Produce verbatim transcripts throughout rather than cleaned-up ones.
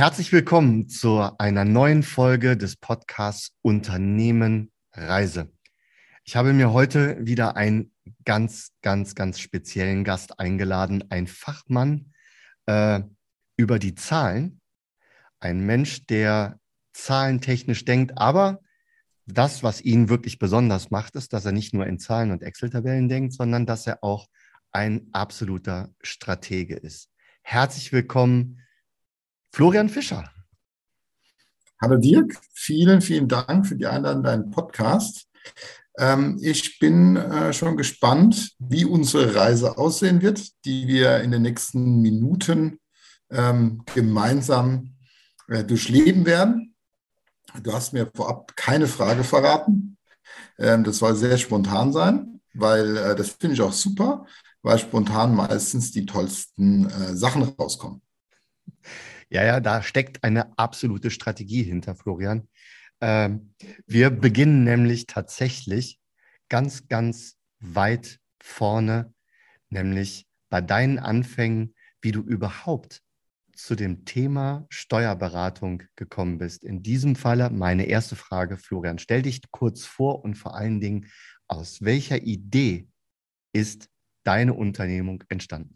Herzlich willkommen zu einer neuen Folge des Podcasts Unternehmen Reise. Ich habe mir heute wieder einen ganz, ganz, ganz speziellen Gast eingeladen, ein Fachmann äh, über die Zahlen, ein Mensch, der zahlentechnisch denkt, aber das, was ihn wirklich besonders macht, ist, dass er nicht nur in Zahlen und Excel-Tabellen denkt, sondern dass er auch ein absoluter Stratege ist. Herzlich willkommen, Florian Fischer. Hallo Dirk, vielen, vielen Dank für die Einladung in deinen Podcast. Ähm, ich bin äh, schon gespannt, wie unsere Reise aussehen wird, die wir in den nächsten Minuten ähm, gemeinsam äh, durchleben werden. Du hast mir vorab keine Frage verraten. Ähm, das soll sehr spontan sein, weil äh, das finde ich auch super, weil spontan meistens die tollsten äh, Sachen rauskommen. Ja, ja, da steckt eine absolute Strategie hinter, Florian. Ähm, wir beginnen nämlich tatsächlich ganz, ganz weit vorne, nämlich bei deinen Anfängen, wie du überhaupt zu dem Thema Steuerberatung gekommen bist. In diesem Falle meine erste Frage, Florian, stell dich kurz vor und vor allen Dingen, aus welcher Idee ist deine Unternehmung entstanden?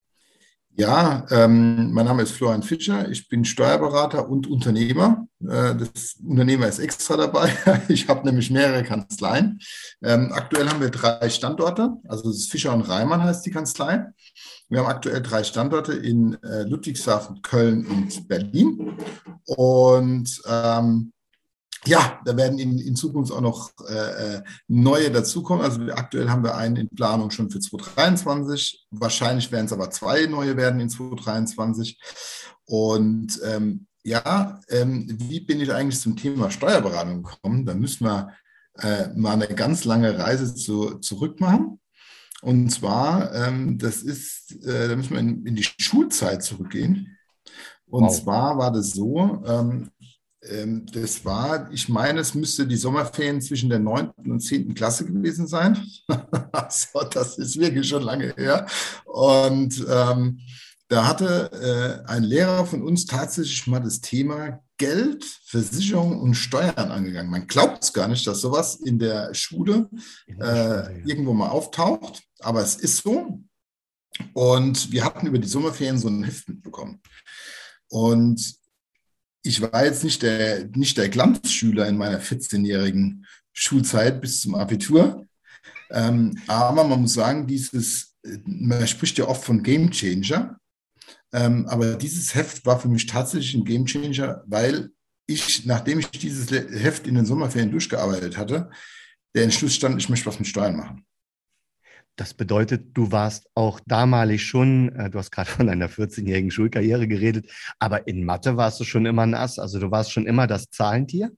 Ja, ähm, mein Name ist Florian Fischer. Ich bin Steuerberater und Unternehmer. Äh, das Unternehmer ist extra dabei. Ich habe nämlich mehrere Kanzleien. Ähm, aktuell haben wir drei Standorte. Also es ist Fischer und Reimann heißt die Kanzlei. Wir haben aktuell drei Standorte in äh, Ludwigshafen, Köln und Berlin. Und ähm, ja, da werden in, in Zukunft auch noch äh, neue dazukommen. Also aktuell haben wir einen in Planung schon für zwanzig dreiundzwanzig. Wahrscheinlich werden es aber zwei neue werden in zwanzig dreiundzwanzig. Und ähm, ja, ähm, wie bin ich eigentlich zum Thema Steuerberatung gekommen? Da müssen wir äh, mal eine ganz lange Reise zu, zurück machen. Und zwar, ähm, das ist, äh, da müssen wir in, in die Schulzeit zurückgehen. Und Wow. zwar war das so, ähm, ähm, das war, ich meine, es müsste die Sommerferien zwischen der neunten und zehnten Klasse gewesen sein. Also, das ist wirklich schon lange her. Und ähm, da hatte äh, ein Lehrer von uns tatsächlich mal das Thema Geld, Versicherung und Steuern angegangen. Man glaubt es gar nicht, dass sowas in der Schule In der Schule, äh, ja. irgendwo mal auftaucht, aber es ist so. Und wir hatten über die Sommerferien so ein Heft mitbekommen. Und ich war jetzt nicht der, nicht der Glanzschüler in meiner vierzehnjährigen Schulzeit bis zum Abitur. Ähm, aber man muss sagen, dieses, man spricht ja oft von Game Changer. Ähm, aber dieses Heft war für mich tatsächlich ein Game Changer, weil ich, nachdem ich dieses Heft in den Sommerferien durchgearbeitet hatte, der Entschluss stand, ich möchte was mit Steuern machen. Das bedeutet, du warst auch damalig schon, äh, du hast gerade von deiner vierzehnjährigen Schulkarriere geredet, aber in Mathe warst du schon immer ein Ass, also du warst schon immer das Zahlentier?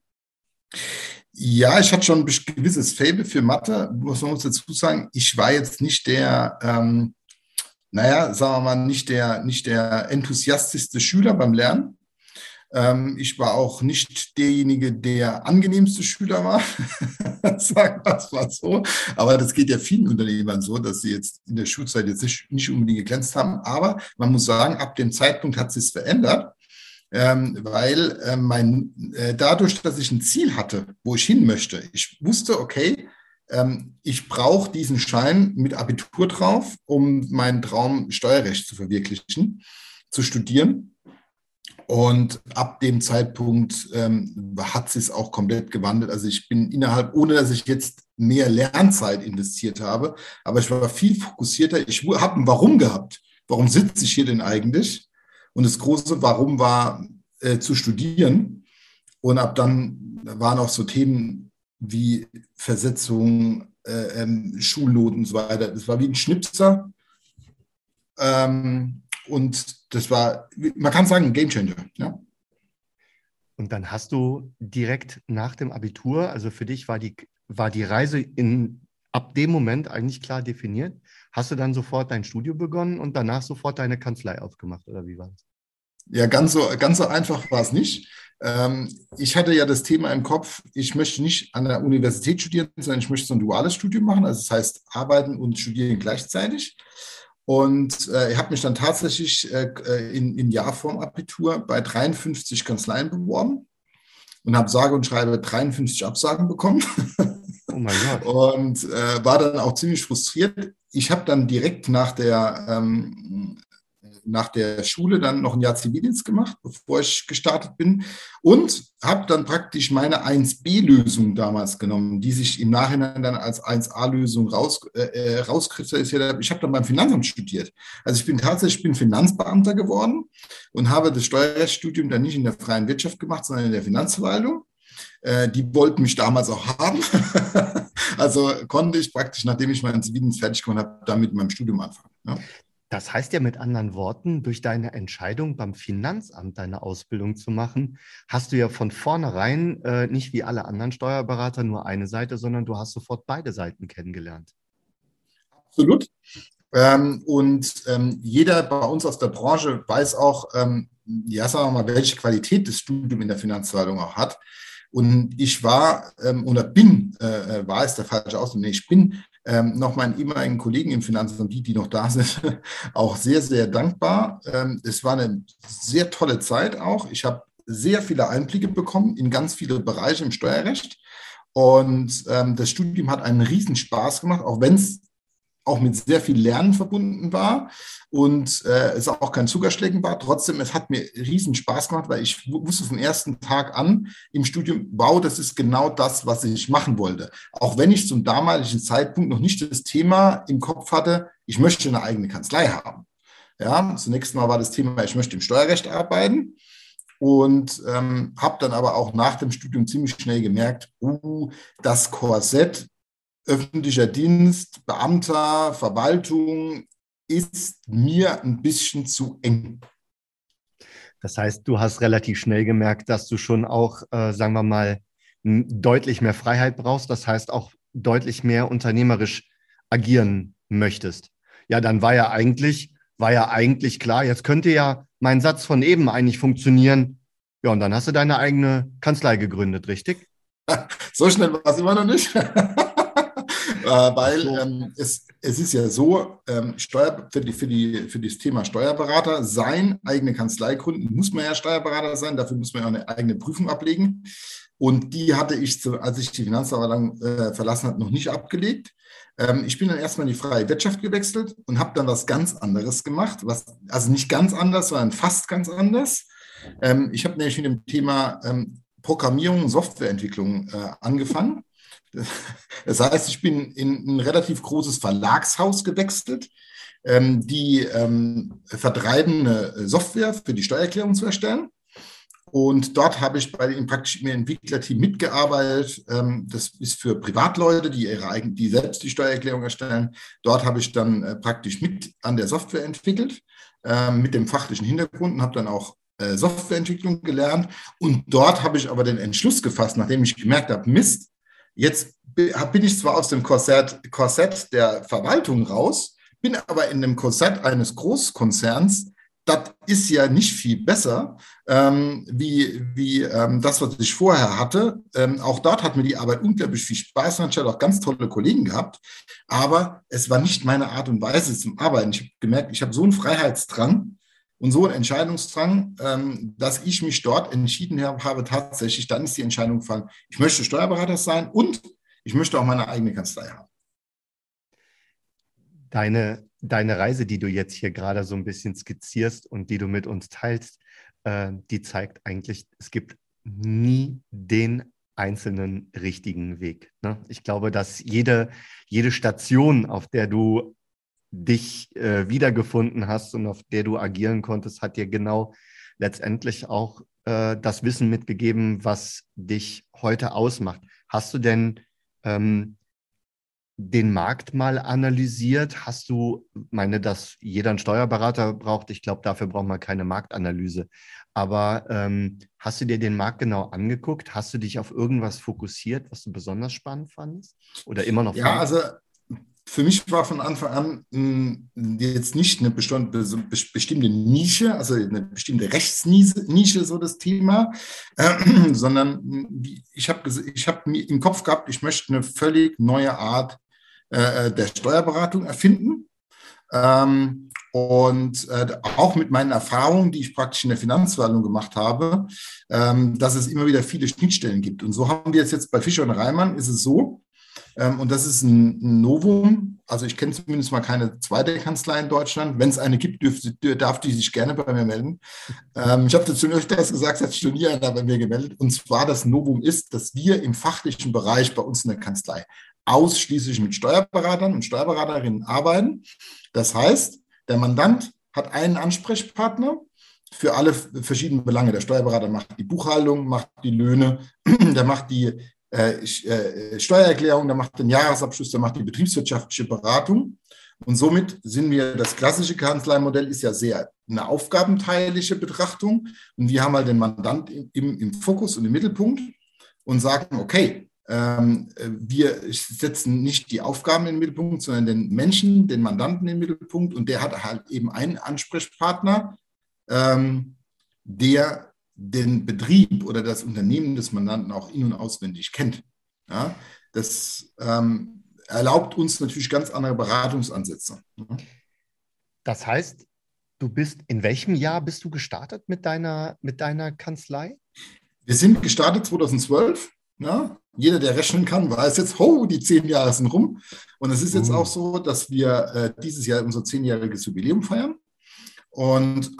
Ja, ich hatte schon ein gewisses Faible für Mathe, muss man muss dazu sagen. Ich war jetzt nicht der, ähm, naja, sagen wir mal, nicht der, nicht der enthusiastischste Schüler beim Lernen. Ähm, ich war auch nicht derjenige, der angenehmste Schüler war, sagen wir es mal so. Aber das geht ja vielen Unternehmern so, dass sie jetzt in der Schulzeit jetzt nicht, nicht unbedingt geglänzt haben. Aber man muss sagen, ab dem Zeitpunkt hat sich es verändert. Ähm, weil äh, mein, äh, dadurch, dass ich ein Ziel hatte, wo ich hin möchte, ich wusste, okay, ähm, ich brauche diesen Schein mit Abitur drauf, um meinen Traum Steuerrecht zu verwirklichen, zu studieren. Und ab dem Zeitpunkt ähm, hat sich es auch komplett gewandelt. Also ich bin innerhalb, ohne dass ich jetzt mehr Lernzeit investiert habe, aber ich war viel fokussierter. Ich habe ein Warum gehabt. Warum sitze ich hier denn eigentlich? Und das große Warum war, äh, zu studieren. Und ab dann waren auch so Themen wie Versetzung, äh, ähm, Schulnoten und so weiter. Das war wie ein Schnipser. Ähm, und das war, man kann sagen, ein Gamechanger. Ja? Und dann hast du direkt nach dem Abitur, also für dich war die, war die Reise in, ab dem Moment eigentlich klar definiert. Hast du dann sofort dein Studium begonnen und danach sofort deine Kanzlei aufgemacht oder wie war das? Ja, ganz so, ganz so einfach war es nicht. Ähm, ich hatte ja das Thema im Kopf, ich möchte nicht an der Universität studieren, sondern ich möchte so ein duales Studium machen. Also das heißt, arbeiten und studieren gleichzeitig. Und äh, ich habe mich dann tatsächlich äh, in, in Jahr vorm Abitur bei dreiundfünfzig Kanzleien beworben und habe sage und schreibe dreiundfünfzig Absagen bekommen. Oh mein Gott. Und äh, war dann auch ziemlich frustriert. Ich habe dann direkt nach der, ähm, nach der Schule dann noch ein Jahr Zivildienst gemacht, bevor ich gestartet bin. Und habe dann praktisch meine eins B-Lösung damals genommen, die sich im Nachhinein dann als eins A-Lösung raus, äh, rauskristallisiert hat. Ich habe dann beim Finanzamt studiert. Also ich bin tatsächlich ich bin Finanzbeamter geworden und habe das Steuerrechtsstudium dann nicht in der freien Wirtschaft gemacht, sondern in der Finanzverwaltung. Die wollten mich damals auch haben. Also konnte ich praktisch, nachdem ich meinen Zivildienst fertig gemacht habe, dann mit meinem Studium anfangen. Ja. Das heißt ja mit anderen Worten, durch deine Entscheidung beim Finanzamt deine Ausbildung zu machen, hast du ja von vornherein äh, nicht wie alle anderen Steuerberater nur eine Seite, sondern du hast sofort beide Seiten kennengelernt. Absolut. Ähm, und ähm, jeder bei uns aus der Branche weiß auch, ähm, ja, sagen wir mal, welche Qualität das Studium in der Finanzverwaltung auch hat. Und ich war ähm, oder bin, äh, war es der falsche Ausdruck, nee, ich bin ähm, noch meinen ehemaligen Kollegen im Finanzamt, die, die noch da sind, auch sehr, sehr dankbar. Ähm, es war eine sehr tolle Zeit auch. Ich habe sehr viele Einblicke bekommen in ganz viele Bereiche im Steuerrecht. Und ähm, das Studium hat einen riesen Spaß gemacht, auch wenn es auch mit sehr viel Lernen verbunden war und äh, es auch kein Zuckerschlecken war. Trotzdem, es hat mir riesen Spaß gemacht, weil ich wusste vom ersten Tag an im Studium, wow, das ist genau das, was ich machen wollte. Auch wenn ich zum damaligen Zeitpunkt noch nicht das Thema im Kopf hatte, ich möchte eine eigene Kanzlei haben. Ja, zunächst mal war das Thema, ich möchte im Steuerrecht arbeiten. Und ähm, habe dann aber auch nach dem Studium ziemlich schnell gemerkt, uh, das Korsett öffentlicher Dienst, Beamter, Verwaltung ist mir ein bisschen zu eng. Das heißt, du hast relativ schnell gemerkt, dass du schon auch, äh, sagen wir mal, deutlich mehr Freiheit brauchst. Das heißt auch deutlich mehr unternehmerisch agieren möchtest. Ja, dann war ja eigentlich, war ja eigentlich klar, jetzt könnte ja mein Satz von eben eigentlich funktionieren. Ja, und dann hast du deine eigene Kanzlei gegründet, richtig? So schnell war es immer noch nicht. Äh, weil so. ähm, es, es ist ja so, ähm, Steuer, für, die, für, die, für das Thema Steuerberater, sein eigene Kanzlei gründen, muss man ja Steuerberater sein, dafür muss man ja eine eigene Prüfung ablegen. Und die hatte ich, zu, als ich die Finanzverwaltung äh, verlassen habe, noch nicht abgelegt. Ähm, ich bin dann erstmal in die freie Wirtschaft gewechselt und habe dann was ganz anderes gemacht, was, also nicht ganz anders, sondern fast ganz anders. Ähm, ich habe nämlich mit dem Thema ähm, Programmierung und Softwareentwicklung äh, angefangen. Das heißt, ich bin in ein relativ großes Verlagshaus gewechselt, ähm, die ähm, vertreibende Software für die Steuererklärung zu erstellen. Und dort habe ich bei dem praktischen Entwicklerteam mitgearbeitet. Ähm, das ist für Privatleute, die ihre eigenen, die selbst die Steuererklärung erstellen. Dort habe ich dann äh, praktisch mit an der Software entwickelt, äh, mit dem fachlichen Hintergrund und habe dann auch äh, Softwareentwicklung gelernt. Und dort habe ich aber den Entschluss gefasst, nachdem ich gemerkt habe, Mist, jetzt bin ich zwar aus dem Korsett, Korsett der Verwaltung raus, bin aber in dem Korsett eines Großkonzerns. Das ist ja nicht viel besser ähm, wie, wie ähm, das, was ich vorher hatte. Ähm, auch dort hat mir die Arbeit unglaublich viel Spaß gemacht. Ich hatte auch ganz tolle Kollegen gehabt, aber es war nicht meine Art und Weise zum Arbeiten. Ich habe gemerkt, ich habe so einen Freiheitsdrang und so einen Entscheidungsdrang, ähm, dass ich mich dort entschieden habe, habe, tatsächlich, dann ist die Entscheidung gefallen, ich möchte Steuerberater sein und ich möchte auch meine eigene Kanzlei haben. Deine, deine Reise, die du jetzt hier gerade so ein bisschen skizzierst und die du mit uns teilst, äh, die zeigt eigentlich, es gibt nie den einzelnen richtigen Weg. Ne? Ich glaube, dass jede, jede Station, auf der du dich äh, wiedergefunden hast und auf der du agieren konntest, hat dir genau letztendlich auch äh, das Wissen mitgegeben, was dich heute ausmacht. Hast du denn ähm, den Markt mal analysiert? Hast du, meine, dass jeder einen Steuerberater braucht, ich glaube, dafür braucht man keine Marktanalyse. Aber ähm, hast du dir den Markt genau angeguckt? Hast du dich auf irgendwas fokussiert, was du besonders spannend fandest? Oder immer noch Ja, fandest? also für mich war von Anfang an mh, jetzt nicht eine bestimmte, bestimmte Nische, also eine bestimmte Rechtsnische, so das Thema, äh, sondern ich habe ich hab im Kopf gehabt, ich möchte eine völlig neue Art äh, der Steuerberatung erfinden. Ähm, und äh, auch mit meinen Erfahrungen, die ich praktisch in der Finanzverwaltung gemacht habe, ähm, dass es immer wieder viele Schnittstellen gibt. Und so haben wir es jetzt bei Fischer und Reimann, ist es so, ähm, und das ist ein, ein Novum, also ich kenne zumindest mal keine zweite Kanzlei in Deutschland. Wenn es eine gibt, dürf, darf die sich gerne bei mir melden. Ähm, ich habe dazu öfters gesagt, es hat schon nie einer bei mir gemeldet. Und zwar das Novum ist, dass wir im fachlichen Bereich bei uns in der Kanzlei ausschließlich mit Steuerberatern und Steuerberaterinnen arbeiten. Das heißt, der Mandant hat einen Ansprechpartner für alle verschiedenen Belange. Der Steuerberater macht die Buchhaltung, macht die Löhne, der macht die äh, Steuererklärung, der macht den Jahresabschluss, der macht die betriebswirtschaftliche Beratung. Und somit sind wir, das klassische Kanzleimodell ist ja sehr eine aufgabenteilige Betrachtung. Und wir haben halt den Mandant im, im Fokus und im Mittelpunkt und sagen, okay, ähm, wir setzen nicht die Aufgaben in den Mittelpunkt, sondern den Menschen, den Mandanten in den Mittelpunkt. Und der hat halt eben einen Ansprechpartner, ähm, der den Betrieb oder das Unternehmen des Mandanten auch in- und auswendig kennt. Ja, das ähm, erlaubt uns natürlich ganz andere Beratungsansätze. Das heißt, du bist, in welchem Jahr bist du gestartet mit deiner, mit deiner Kanzlei? Wir sind gestartet zweitausendzwölf. Ja? Jeder, der rechnen kann, weiß jetzt, oh, die zehn Jahre sind rum. Und es ist jetzt uh. auch so, dass wir äh, dieses Jahr unser zehnjähriges Jubiläum feiern. Und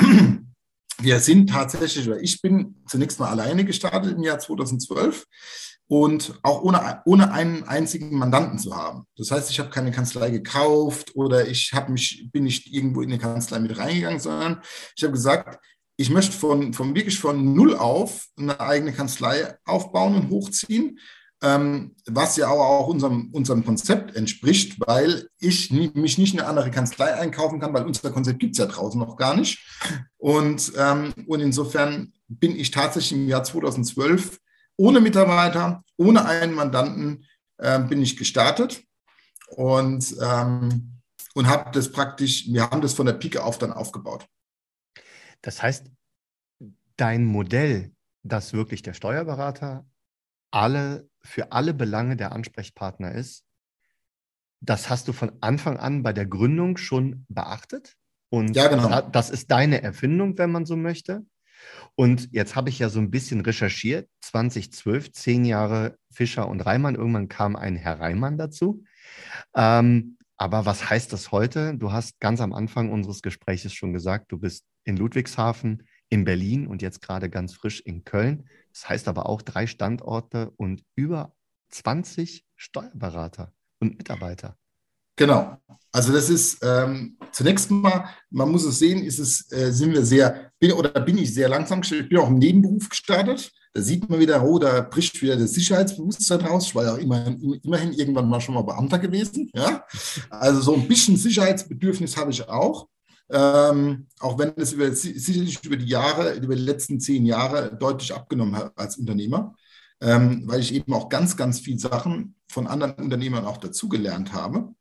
wir sind tatsächlich, oder ich bin zunächst mal alleine gestartet im Jahr zweitausendzwölf. Und auch ohne, ohne einen einzigen Mandanten zu haben. Das heißt, ich habe keine Kanzlei gekauft oder ich habe mich, bin nicht irgendwo in eine Kanzlei mit reingegangen, sondern ich habe gesagt, ich möchte von, von wirklich von null auf eine eigene Kanzlei aufbauen und hochziehen, ähm, was ja auch, auch unserem, unserem Konzept entspricht, weil ich nie, mich nicht in eine andere Kanzlei einkaufen kann, weil unser Konzept gibt es ja draußen noch gar nicht. Und, ähm, und insofern bin ich tatsächlich im Jahr zweitausendzwölf ohne Mitarbeiter, ohne einen Mandanten äh, bin ich gestartet und, ähm, und habe das praktisch, wir haben das von der Pike auf dann aufgebaut. Das heißt, dein Modell, dass wirklich der Steuerberater alle, für alle Belange der Ansprechpartner ist, das hast du von Anfang an bei der Gründung schon beachtet? Und ja, genau. Das ist deine Erfindung, wenn man so möchte? Und jetzt habe ich ja so ein bisschen recherchiert, zweitausendzwölf, zehn Jahre Fischer und Reimann, irgendwann kam ein Herr Reimann dazu. Ähm, aber was heißt das heute? Du hast ganz am Anfang unseres Gesprächs schon gesagt, du bist in Ludwigshafen, in Berlin und jetzt gerade ganz frisch in Köln. Das heißt aber auch drei Standorte und über zwanzig Steuerberater und Mitarbeiter. Genau. Also das ist ähm, zunächst mal, man muss es sehen, ist es, äh, sind wir sehr, bin, oder bin ich sehr langsam gestartet. Ich bin auch im Nebenberuf gestartet. Da sieht man wieder, oh, da bricht wieder das Sicherheitsbewusstsein raus. Ich war ja auch immerhin, immerhin irgendwann mal schon mal Beamter gewesen. Ja? Also so ein bisschen Sicherheitsbedürfnis habe ich auch. Ähm, auch wenn es über, sicherlich über die Jahre, über die letzten zehn Jahre deutlich abgenommen hat als Unternehmer, ähm, weil ich eben auch ganz, ganz viele Sachen von anderen Unternehmern auch dazugelernt habe.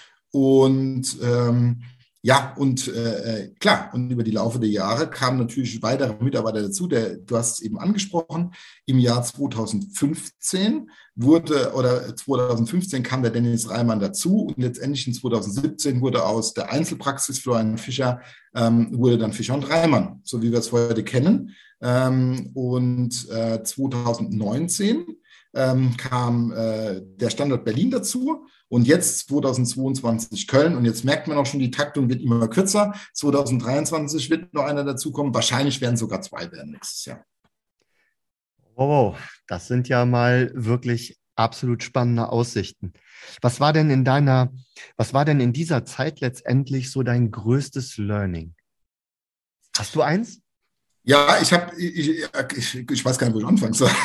Und ähm, ja, und äh, klar, und über die Laufe der Jahre kamen natürlich weitere Mitarbeiter dazu. Der, du hast es eben angesprochen, im Jahr zweitausendfünfzehn wurde, oder zweitausendfünfzehn kam der Dennis Reimann dazu und letztendlich in zweitausendsiebzehn wurde aus der Einzelpraxis Florian Fischer, ähm, wurde dann Fischer und Reimann, so wie wir es heute kennen. Ähm, und äh, zweitausendneunzehn ähm, kam äh, der Standort Berlin dazu. Und jetzt zweitausendzweiundzwanzig Köln. Und jetzt merkt man auch schon, die Taktung wird immer kürzer. zweitausenddreiundzwanzig wird noch einer dazukommen. Wahrscheinlich werden sogar zwei werden nächstes Jahr. Wow, das sind ja mal wirklich absolut spannende Aussichten. Was war denn in deiner, was war denn in dieser Zeit letztendlich so dein größtes Learning? Hast du eins? Ja, ich habe, ich, ich, ich weiß gar nicht, wo ich anfangen soll.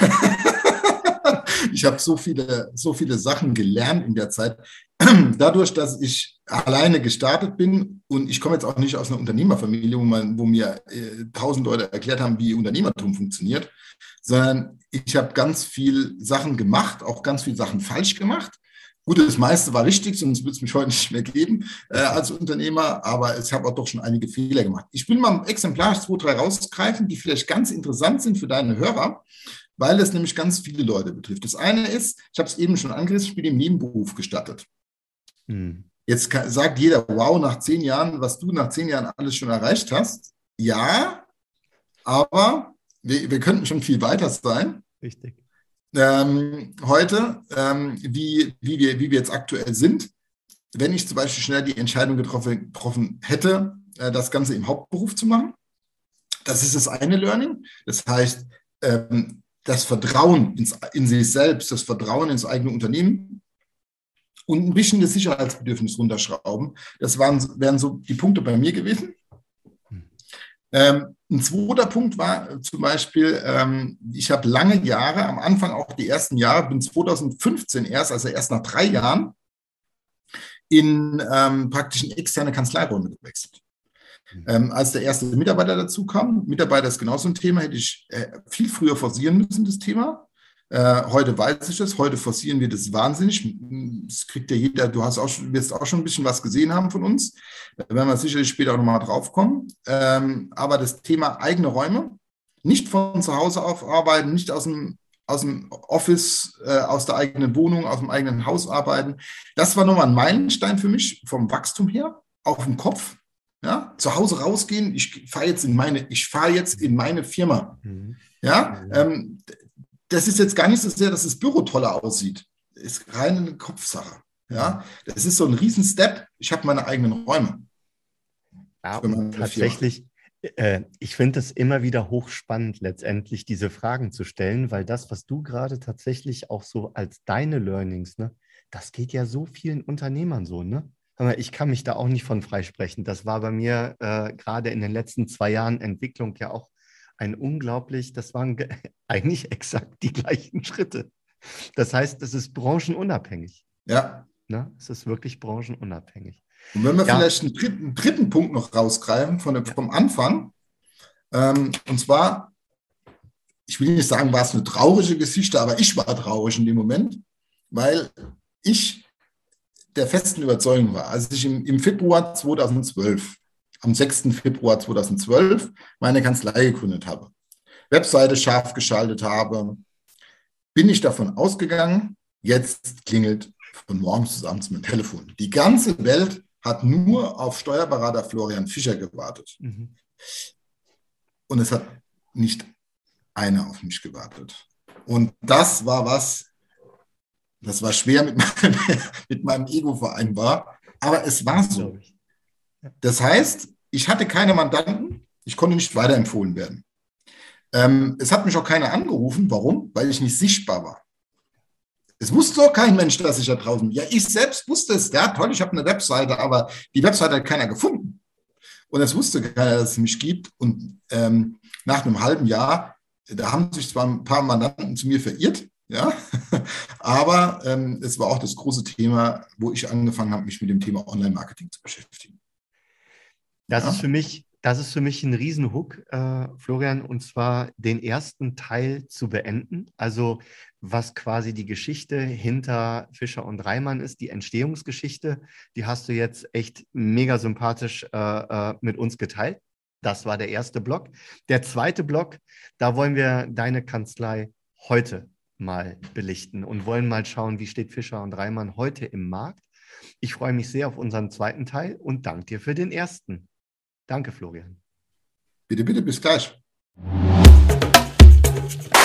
Ich habe so viele, so viele Sachen gelernt in der Zeit. Dadurch, dass ich alleine gestartet bin und ich komme jetzt auch nicht aus einer Unternehmerfamilie, wo, man, wo mir äh, tausend Leute erklärt haben, wie Unternehmertum funktioniert, sondern ich habe ganz viele Sachen gemacht, auch ganz viele Sachen falsch gemacht. Gut, das meiste war richtig, sonst würde es mich heute nicht mehr geben äh, als Unternehmer, aber ich habe auch doch schon einige Fehler gemacht. Ich will mal exemplarisch zwei, drei rausgreifen, die vielleicht ganz interessant sind für deine Hörer, weil es nämlich ganz viele Leute betrifft. Das eine ist, ich habe es eben schon angerissen, ich bin im Nebenberuf gestartet. Hm. Jetzt kann, sagt jeder, wow, nach zehn Jahren, was du nach zehn Jahren alles schon erreicht hast. Ja, aber wir, wir könnten schon viel weiter sein. Richtig. Ähm, heute, ähm, wie, wie, wir, wie wir jetzt aktuell sind, wenn ich zum Beispiel schnell die Entscheidung getroffen, getroffen hätte, äh, das Ganze im Hauptberuf zu machen. Das ist das eine Learning. Das heißt, ähm, das Vertrauen ins, in sich selbst, das Vertrauen ins eigene Unternehmen und ein bisschen das Sicherheitsbedürfnis runterschrauben. Das waren, wären so die Punkte bei mir gewesen. Ähm, ein zweiter Punkt war zum Beispiel, ähm, ich habe lange Jahre, am Anfang auch die ersten Jahre, bin zwanzig fünfzehn erst, also erst nach drei Jahren, in ähm, praktisch in externe Kanzleiräume gewechselt. Ähm, als der erste Mitarbeiter dazu kam, Mitarbeiter ist genauso ein Thema, hätte ich äh, viel früher forcieren müssen, das Thema. Äh, heute weiß ich das, heute forcieren wir das wahnsinnig. Das kriegt ja jeder, du hast auch, wirst auch schon ein bisschen was gesehen haben von uns. Da werden wir sicherlich später auch nochmal drauf kommen. Ähm, aber das Thema eigene Räume, nicht von zu Hause aufarbeiten, nicht aus dem, aus dem Office, äh, aus der eigenen Wohnung, aus dem eigenen Haus arbeiten. Das war nochmal ein Meilenstein für mich vom Wachstum her, auf dem Kopf. Ja, zu Hause rausgehen, ich fahre jetzt in meine, ich fahre jetzt in meine Firma. Mhm. Ja, ähm, das ist jetzt gar nicht so sehr, dass das Büro toller aussieht. Das ist rein eine Kopfsache. Ja, das ist so ein Riesen-Step. Ich habe meine eigenen Räume. Ja, tatsächlich, äh, ich finde es immer wieder hochspannend, letztendlich diese Fragen zu stellen, weil das, was du gerade tatsächlich auch so als deine Learnings, ne, das geht ja so vielen Unternehmern so, ne? Ich kann mich da auch nicht von freisprechen. Das war bei mir äh, gerade in den letzten zwei Jahren Entwicklung ja auch ein unglaublich, das waren eigentlich exakt die gleichen Schritte. Das heißt, es ist branchenunabhängig. Ja. Ne? Es ist wirklich branchenunabhängig. Und wenn wir ja. vielleicht einen dritten, einen dritten Punkt noch rausgreifen von dem, ja. vom Anfang, ähm, und zwar, ich will nicht sagen, war es eine traurige Geschichte, aber ich war traurig in dem Moment, weil ich der festen Überzeugung war, als ich im, im Februar zweitausendzwölf, am sechsten Februar zweitausendzwölf, meine Kanzlei gegründet habe, Webseite scharf geschaltet habe, bin ich davon ausgegangen, jetzt klingelt von morgens bis abends mein Telefon. Die ganze Welt hat nur auf Steuerberater Florian Fischer gewartet. Mhm. Und es hat nicht einer auf mich gewartet. Und das war was, das war schwer mit meinem, mit meinem Ego vereinbar, aber es war so. Das heißt, ich hatte keine Mandanten, ich konnte nicht weiterempfohlen werden. Ähm, es hat mich auch keiner angerufen. Warum? Weil ich nicht sichtbar war. Es wusste auch kein Mensch, dass ich da draußen bin. Ja, ich selbst wusste es. Ja, toll, ich habe eine Webseite, aber die Webseite hat keiner gefunden. Und es wusste keiner, dass es mich gibt. Und ähm, nach einem halben Jahr, da haben sich zwar ein paar Mandanten zu mir verirrt, ja, aber ähm, es war auch das große Thema, wo ich angefangen habe, mich mit dem Thema Online-Marketing zu beschäftigen. Das ja? ist für mich, das ist für mich ein Riesenhook, äh, Florian, und zwar den ersten Teil zu beenden. Also was quasi die Geschichte hinter Fischer und Reimann ist, die Entstehungsgeschichte, die hast du jetzt echt mega sympathisch äh, äh, mit uns geteilt. Das war der erste Block. Der zweite Block, da wollen wir deine Kanzlei heute mal belichten und wollen mal schauen, wie steht Fischer und Reimann heute im Markt. Ich freue mich sehr auf unseren zweiten Teil und danke dir für den ersten. Danke, Florian. Bitte, bitte, bis gleich.